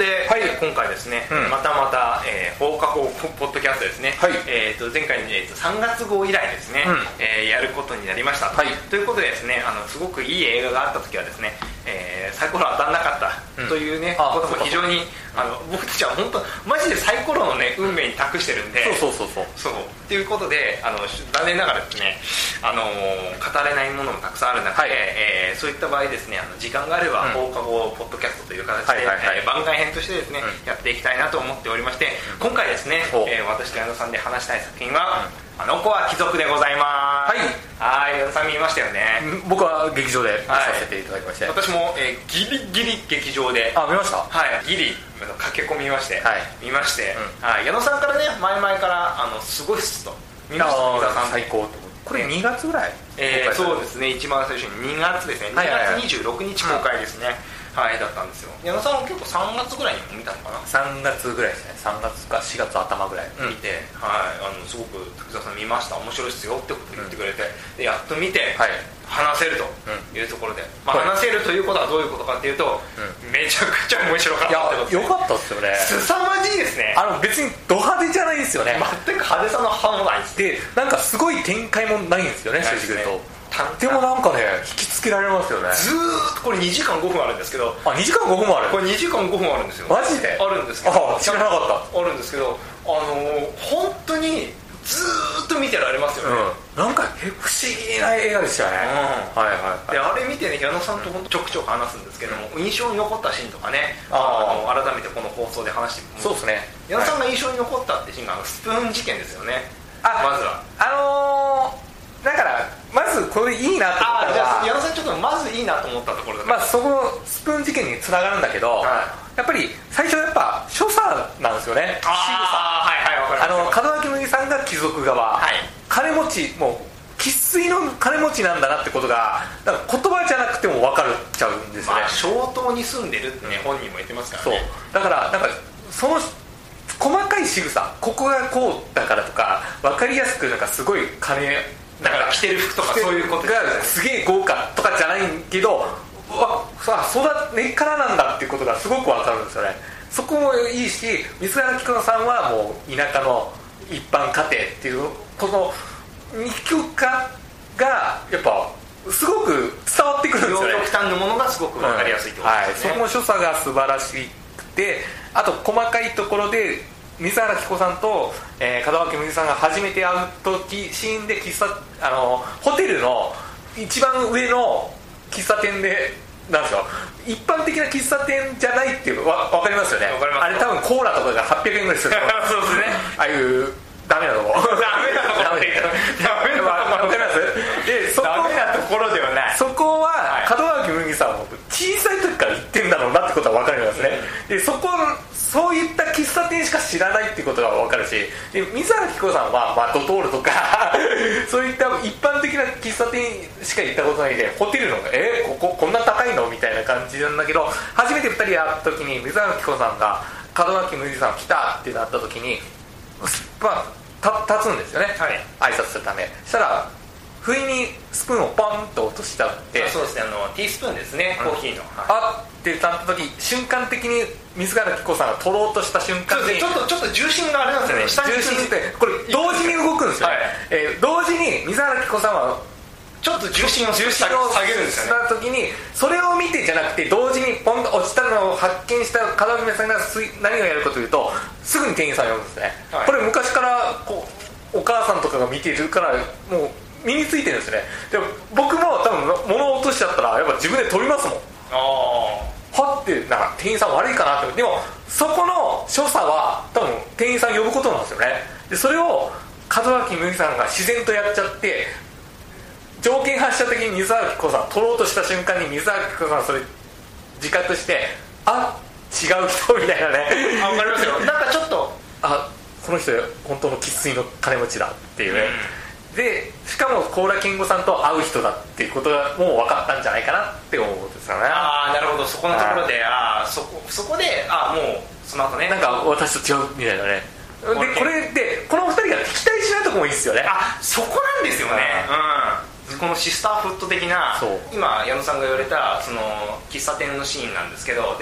で、 はい、 今回ですね、また放課後ポッドキャストですね、前回に、3月号以来ですね、やることになりました、ということでですね、すごくいい映画があった時はですね、サイコロ当たんなかったというね、ことも非常に僕たちは本当マジでサイコロのね運命に託してるんで、そうっていうことで残念ながらですね、語れないものもたくさんある中で、そういった場合ですね、時間があれば放課後ポッドキャストという形で、番外編としてですね、やっていきたいなと思っておりまして、今回ですね、私と矢野さんで話したい作品は、あの子は貴族でございます。矢野さん見ましたよね。 僕は劇場で見させていただきまして、 私も、ギリギリ劇場で見ました。 ギリ駆け込みまして、見まして、矢野さんからね、前々からすごいっすと見ました。 最高と思って。これ2月ぐらい、 そうですね、一番最初に2月ですね、2月26日公開ですね、だったんですよ。矢野さんは結構3月ぐらいにも見たのかな。 3月ぐらいですね、3月か4月頭ぐらい見て、すごく滝沢さん見ました、面白いっすよってことを言ってくれて、でやっと見て、話せるというところで、話せるということはどういうことかっていうと、めちゃくちゃ面白かったってことですね。 よかったっすよね。 凄まじいですね。 別にド派手じゃないですよね。 全く派手さの歯もないですで、なんかすごい展開もないんですよね、正直言うと。でもなんかね、引きつけられますよね。 ずーっとこれ2時間5分あるんですけど、 2時間5分もある。 これ2時間5分あるんですよ。 マジであるんですけど、 知らなかった。 あるんですけど、本当にずーっと見てられますよね。 なんか不思議な映画でしたね。 であれ見てね、矢野さんとちょくちょく話すんですけども、印象に残ったシーンとかね、改めてこの放送で話して、 そうですね、 矢野さんが印象に残ったってシーンがスプーン事件ですよね。まずはだからまずこれいいなと思ったのは、 じゃあ矢野さんちょっとまずいいなと思ったところだそこスプーン事件につながるんだけど、やっぱり最初やっぱ所作なんですよね。門脇麦さんが貴族側、金持ち、もう生粋の金持ちなんだなってことがだから言葉じゃなくても分かっちゃうんですよね。 小島に住んでるってね、本人も言ってますからね。 だからなんかその細かい仕草、ここがこうだからとか分かりやすく、なんかすごい金だから着てる服とかそういうことがすげえ豪華とかじゃないけど、そうだ根っからなんだっていうことがすごく分かるんですよね。そこもいいし、水原希子さんはもう田舎の一般家庭っていうこの二極化がやっぱすごく伝わってくるんですよね。 両極端のものがすごく分かりやすいってことですね。 そこも所作が素晴らしくて、あと細かいところで水原希子さんと、門脇麦さんが初めて会う時シーンでホテルの一番上の喫茶店でなんですよ、一般的な喫茶店じゃないっていう分かりますよね。あれ多分コーラとかが800円ぐらいするそうですね。 ああいうダメなとこ分かりますで、 ダメなところではない。 そこは門脇麦さんも小さい時から言ってんだろうなってことは分かりますね。でそういった喫茶店しか知らないってことが分かるし、で水原希子さんはドトールとかそういった一般的な喫茶店しか行ったことないで、ホテルのこんな高いのみたいな感じなんだけど、初めて2人会った時に水原希子さんが門脇麦さん来たってなった時に立つんですよね、挨拶するため。そしたら不意にスプーンをポンと落としちゃって、 そうですね、ティースプーンですね、コーヒーの。 ってなった時、瞬間的に水原希子さんが取ろうとした瞬間に、 ちょっと重心があれなんですよね。 重心ってこれ同時に動くんですよ、同時に水原希子さんはちょっと重心を下げるんですよね。 した時にそれを見てじゃなくて、同時にポンと落ちたのを発見した門脇麦さんが何をやるかというと、すぐに店員さんを呼ぶんですね、これ昔からお母さんとかが見てるからもう身についてるんですね。でも僕も多分物を落としちゃったらやっぱ自分で取りますもん。はってなんか店員さん悪いかなって。でもそこの所作は多分店員さん呼ぶことなんですよね。でそれを門脇麦さんが自然とやっちゃって、条件反射的に水原希子さん取ろうとした瞬間に水原希子さんそれ自覚して、違う人みたいなね。 分かりますよ。なんかちょっとこの人本当の生粋の金持ちだっていうね、でしかも高良健吾さんと会う人だっていうことがもう分かったんじゃないかなって思うんですよね。 なるほど。そこのところでそこでもうその後ね、 なんか私と違うみたいなね。でこれでこの2人が敵対しないとこもいいですよね。 そこなんですよね。このシスターフット的な、今矢野さんが言われたその喫茶店のシーンなんですけど、で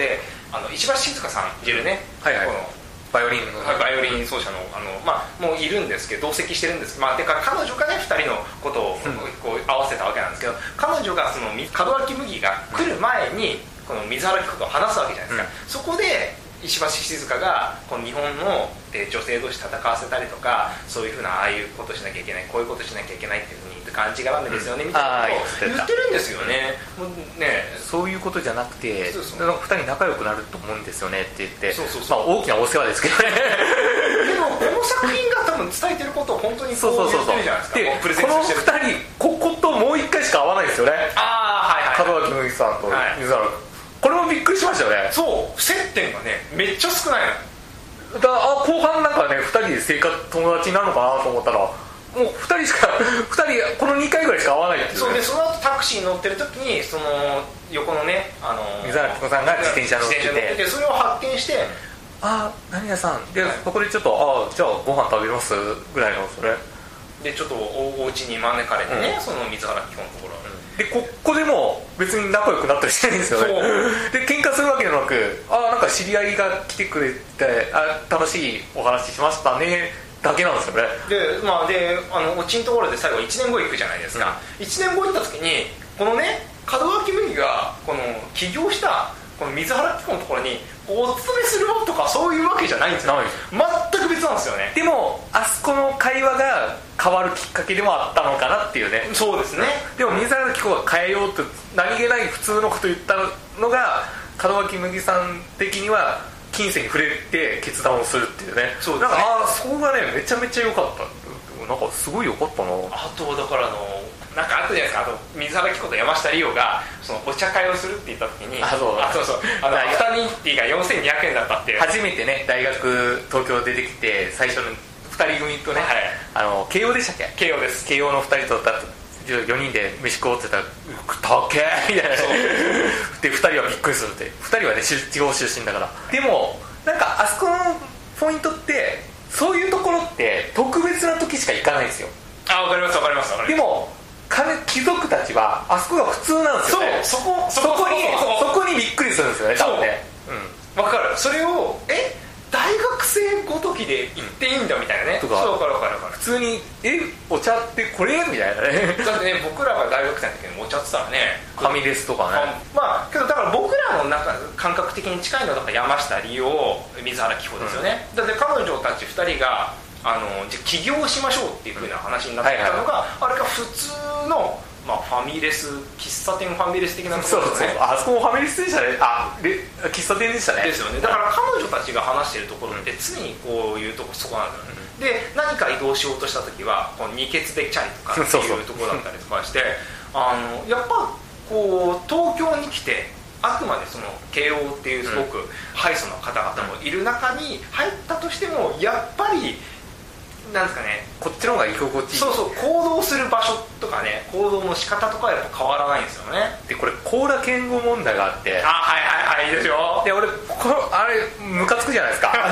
石橋静香さん演じるね、 はいはい、 このバイオリンの、 バイオリン奏者のもういるんですけど、同席してるんですけど、てか彼女がね2人のことをこう合わせたわけなんですけど、彼女がその門脇麦が来る前にこの水原希子と話すわけじゃないですか、そこで石橋静香がこの日本の女性同士戦わせたりとか、そういうふうなああいうことしなきゃいけない、こういうことしなきゃいけないっていうふうに感じがらめですよね、みたいなことを言ってるんですよね。もうね、 そういうことじゃなくて、2人仲良くなると思うんですよねって言って、大きなお世話ですけどねでもこの作品が多分伝えてることを本当にこう言ってるじゃないですか。 でこの2人ここともう1回しか会わないんですよね。門脇麦さんと水原、これもびっくりしましたよね。 そう、接点がねめっちゃ少ないのだ。後半なんかね2人で友達になるのかなと思ったら、もう2人この2回ぐらいしか会わないっていう、ね、 そうで、その後タクシーに乗ってる時にその横のね、 水原希子さんが自転車乗ってて、 それを発見して、 何屋さんで、ここでちょっとじゃあご飯食べますぐらいの、それでちょっとお家に招かれてね、その水原希子のところで、ここでも別に仲良くなったりしてないんですよね。で喧嘩するわけでもなく、なんか知り合いが来てくれて、楽しいお話しましたねだけなんですよね。 でオチのところで最後1年後行くじゃないですか、1年後行った時にこのね門脇麦がこの起業したこの水原希子のところにお勤めするとかそういうわけじゃないんですよ。全く別なんですよね。 でもあそこの会話が変わるきっかけでもあったのかなっていうね。 そうですね。 でも水原希子が変えようと何気ない普通のこと言ったのが門脇麦さん的には金銭に触れて決断をするっていうね。 そうですね。 そこがねめちゃめちゃ良かった。なんかすごい良かったな。 あとだからなんかあったじゃないですか、水原希子と山下リオがそのお茶会をするって言った時に、アフタヌーンティーが4200円だったっていう。 初めてね大学東京出てきて最初の2人組とね、慶応でしたっけ。 慶応です。 慶応の2人と4人で飯食おうって言ったら高えみたいなで2人はびっくりするって。2人はね地方出身だから。でもなんかあそこのポイントってそういうところって特別な時しか行かないんですよ。 わかりますわかります。 でも貴族たちはあそこが普通なんですよね。そこにびっくりするんですよね、多分ね。 わかる。それを大学生ごときで行っていいんだみたいなね。そう分かる普通にお茶ってこれみたいなね。 だってね僕らが大学生の時にお茶って言ったらねファミレスとかね。 けどだから僕らの感覚的に近いのだから山下リオ水原希子ですよね、だって彼女たち2人がじゃ起業しましょうっていう風な話になってたのが、あれが普通のファミレス、喫茶店ファミレス的なところですね。 あそこもファミレスでしたね。喫茶店でしたね。 ですよね。だから彼女たちが話しているところって常にこういうとこそこなんだよね、で何か移動しようとした時はこう二欠でチャリとかっていうところだったりとかしてやっぱこう東京に来てあくまでその慶応っていうすごくハイソな方々もいる中に入ったとしてもやっぱりなんですかね、 こっちの方が居心地いい。 そう行動する場所とかね、行動の仕方とかはやっぱ変わらないんですよね。 でこれ高良健吾問題があって、いいですよ。 で俺あれムカつくじゃないですか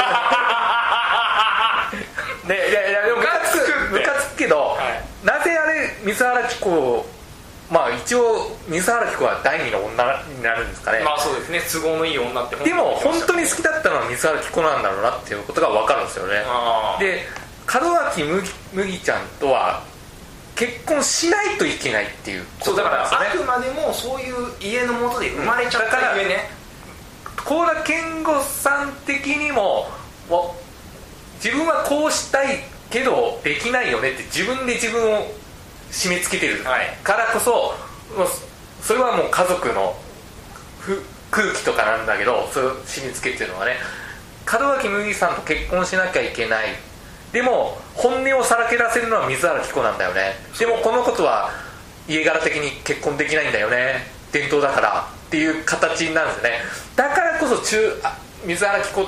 でもムカつくけど、なぜあれ水原希子一応水原希子は第二の女になるんですかね。 そうですね、都合のいい女ってでも本当に好きだったのは水原希子なんだろうなっていうことが分かるんですよね。で門脇麦ちゃんとは結婚しないといけないっていうことなんですよね。 だからあくまでもそういう家の元で生まれちゃったゆえね、 高良健吾さん的にも自分はこうしたいけどできないよねって自分で自分を締め付けてるからこそ、それはもう家族の空気とかなんだけど、それを締め付けてるのはね、門脇麦さんと結婚しなきゃいけない、でも本音をさらけ出せるのは水原希子なんだよね、でもこのことは家柄的に結婚できないんだよね、伝統だからっていう形になるんですよね。だからこそ水原希子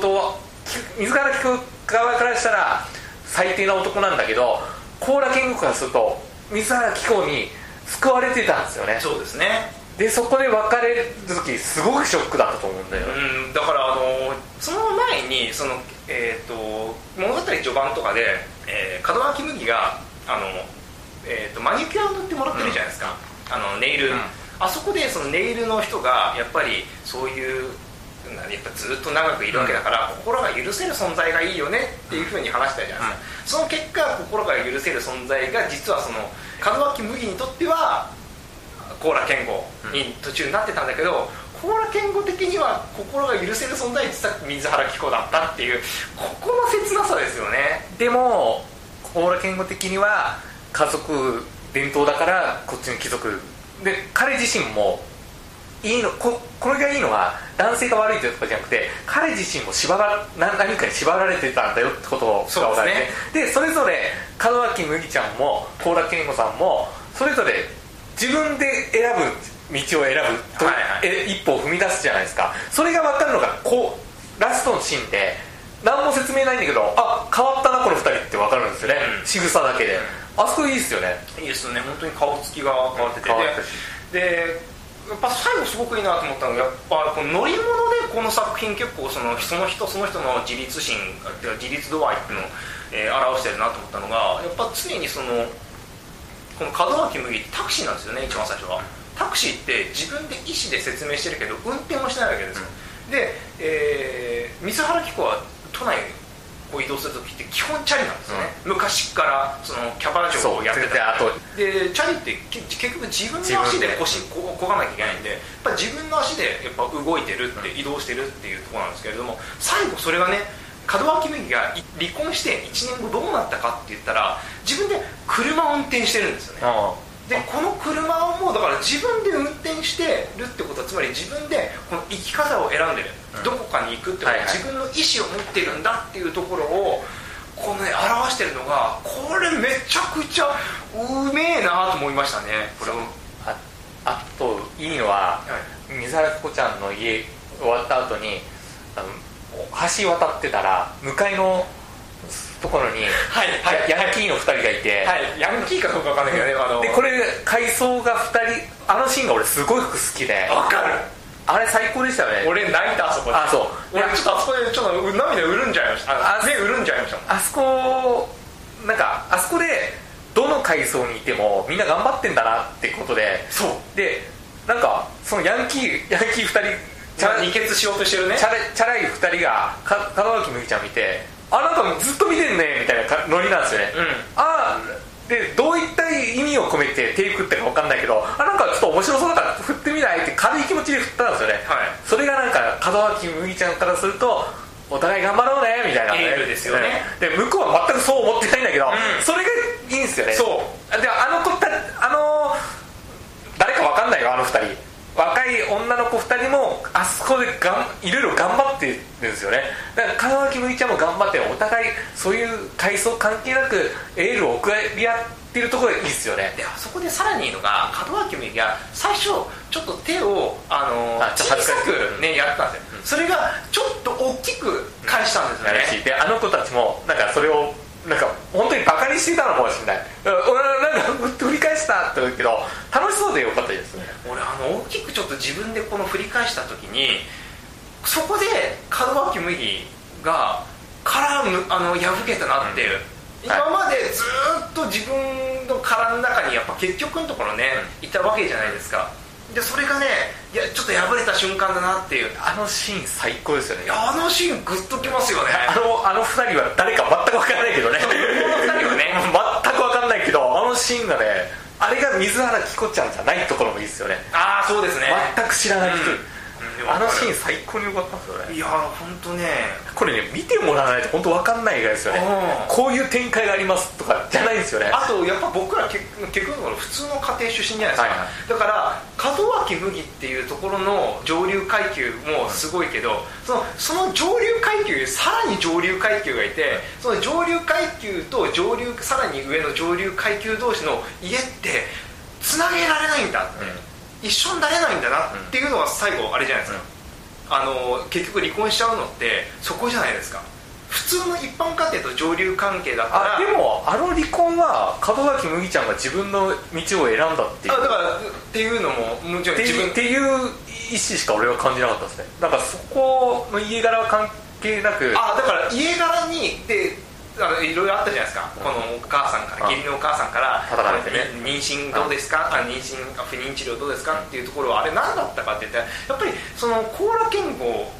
側からしたら最低な男なんだけど、高良健吾からすると水原希子に救われてたんですよね。 そうですね。 でそこで別れる時すごくショックだったと思うんだよ。 だからその前に物語序盤とかで、門脇麦がマニキュアを塗ってもらってるじゃないですか、ネイル、あそこでそのネイルの人がやっぱりそういうやっぱずっと長くいるわけだから、心が許せる存在がいいよねっていうふうに話したじゃないですか、その結果心が許せる存在が実はその門脇麦にとっては高良健吾に途中になってたんだけど、高良健吾的には心が許せる存在実は水原希子だったっていう、ここの切なさですよね。 でも高良健吾的には家族伝統だからこっちの貴族で、彼自身もいいの、これがいいのは男性が悪いというかじゃなくて、彼自身も何かに縛られてたんだよってことが分かって、でそれぞれ門脇麦ちゃんも高良健吾さんもそれぞれ自分で選ぶ道を選ぶと、一歩を踏み出すじゃないですか。それが分かるのがラストのシーンで何も説明ないんだけど、あ、変わったなこの2人って分かるんですよね、仕草だけで。あそこいいですよね。 いいですよね、本当に顔つきが変わってて、でやっぱ最後すごくいいなと思ったのが、やっぱこの乗り物でこの作品結構その人の自立心っていうか自立度合いっていうのを、表してるなと思ったのが、やっぱ常にこの門脇麦ってタクシーなんですよね。一番最初はタクシーって自分で意思で説明してるけど運転もしないわけですよ、で、水原希子は都内を移動するときって基本チャリなんですよね、昔からそのキャバ嬢をやってたで、チャリって結局自分の足でこがなきゃいけないんで、やっぱ自分の足でやっぱ動いてるって、移動してるっていうところなんですけれども、最後それがね、門脇麦が離婚して1年後どうなったかって言ったら、自分で車を運転してるんですよね。でこの車をもうだから自分で運転してるってことは、つまり自分でこの生き方を選んでる、どこかに行くってことは自分の意思を持ってるんだっていうところをこのね表してるのが、これめちゃくちゃうめえなと思いましたね。これあといいのは、水原希子ちゃんの家終わった後に橋渡ってたら向かいのところに、ヤンキーの2人がいて、 ヤンキーかどうか分かんないけどね、 でこれ回想が2人、あのシーンが俺すごく好きで、 分かる、 あれ最高でしたよね。 俺泣いた、あそこで。 あ、そう、 俺ちょっとあそこでちょっと涙潤んじゃいました。目潤んじゃいましたもん。 あそこなんかあそこでどの階層にいてもみんな頑張ってんだなってことで、 そうでなんかそのヤンキー2人二血しようとしてるね、 チャラい2人が門脇麦ちゃん見て、なんかずっと見てんねみたいなノリなんですよね、でどういった意味を込めてテイクってか分かんないけど、なんかちょっと面白そうだから振ってみないって軽い気持ちで振ったんですよね、それがなんか門脇麦ちゃんからするとお互い頑張ろうねみたいな、 エールですよね、 で向こうは全くそう思ってないんだけど、それがいいんですよね。 そうで誰か分かんないよ、あの2人、若い女の子2人もあそこでいろいろ頑張ってるんですよね。だから門脇麦ちゃんも頑張って、お互いそういう階層関係なくエールを送り合ってるところがいいですよね。 でそこでさらにいいのが、門脇麦が最初ちょっと手を小さくねやったんですよ、それがちょっと大きく返したんですよね、 であの子たちもなんかそれをなんか本当にバカにしてたのかもしれない。俺はなんか振り返したって言うけど楽しそうでよかったですね。 俺大きくちょっと自分でこの振り返した時に、そこで門脇麦が殻破けたなっていう、今までずっと自分の殻の中にやっぱ結局のところね、いたわけじゃないですか。でそれがね、ちょっと破れた瞬間だなっていう、 あのシーン最高ですよね。 あのシーングッときますよね。 あの2人は誰か全く分からないけどね、 この2人はね全く分かんないけど、あのシーンがね、あれが水原希子ちゃんじゃないところもいいですよね。 そうですね、 全く知らない人、あのシーン最高に良かったんですよね。 いや本当ね、 これね見てもらわないと本当分かんないぐらいですよね、こういう展開がありますとかじゃないんですよね。 あとやっぱ僕ら結局普通の家庭出身じゃないですか、だから門脇麦っていうところの上流階級もすごいけど、その上流階級さらに上流階級がいて、その上流階級とさらに上の上流階級同士の家ってつなげられないんだって、一緒になれないんだなっていうのが最後あれじゃないですか、結局離婚しちゃうのってそこじゃないですか。普通の一般家庭と上流関係だったら。 でも離婚は門脇麦ちゃんが自分の道を選んだっていう、 だからっていうのももちろん自分っていう意思しか俺は感じなかったですね。だからそこの家柄は関係なく、 だから家柄にいろいろあったじゃないですか、このお母さんから、義理のお母さんから叩かれてね、 妊娠どうですか、不妊治療どうですかっていうところはあれ何だったかって言ったら、やっぱりその高良健吾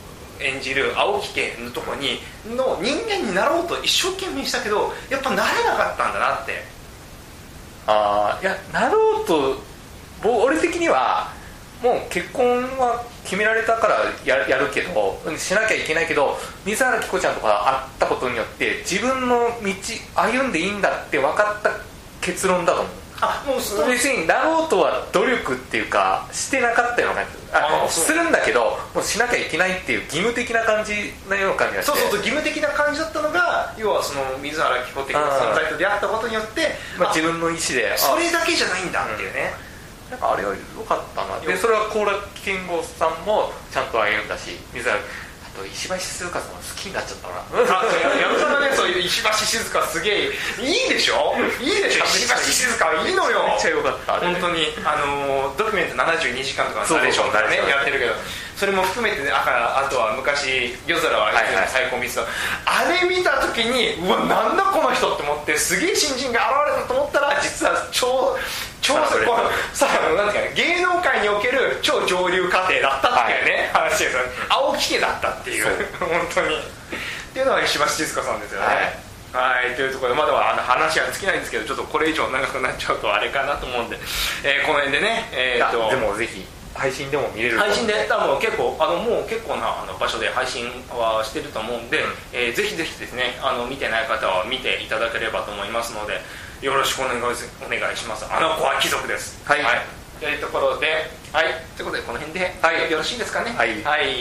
演じる青木家のとこにの人間になろうと一生懸命したけどやっぱなれなかったんだなって。 いやなろうと俺的にはもう結婚は決められたからやるけどしなきゃいけないけど、水原希子ちゃんとか会ったことによって自分の道歩んでいいんだって分かった結論だと思う。もう別になろうとは努力っていうかしてなかったような感じ、するんだけどもうしなきゃいけないっていう義務的な感じのような感じがして、 そう義務的な感じだったのが要はその水原希子的な存在と出会ったことによって、 自分の意思でそれだけじゃないんだっていうね、 なんかあれは良かったな。でそれは高良健吾さんもちゃんと歩んだし、水原あと石橋静香さんは好きになっちゃったから矢野さんがね、そういう石橋静香すげえいいでしょ石橋静香はいいのよ。 めっちゃ良かった本当にドキュメント72時間とかのナレーションからねやってるけど、それも含めてね、あとは昔夜空は最高見てた、あれ見た時にうわなんだこの人って思って、すげえ新人が現れたと思ったら実は超さなんていうか芸能界における超上流家庭だったっていうね、話ですよね。青木家だったっていう本当にっていうのは石橋静香さんですよね。はい、というところでまだ話は尽きないんですけど、ちょっとこれ以上長くなっちゃうとあれかなと思うんで、この辺でね、 でもぜひ配信でも見れる。 配信でもう結構な場所で配信はしてると思うんで、ぜひぜひですね見てない方は見ていただければと思いますので、よろしくお願いします。あの子は貴族です。はい、というところで、ということでこの辺で、よろしいですかね。はい、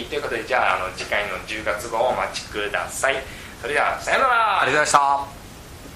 ということでじゃあ次回の10月号をお待ちください。それではさよなら。 ありがとうございました。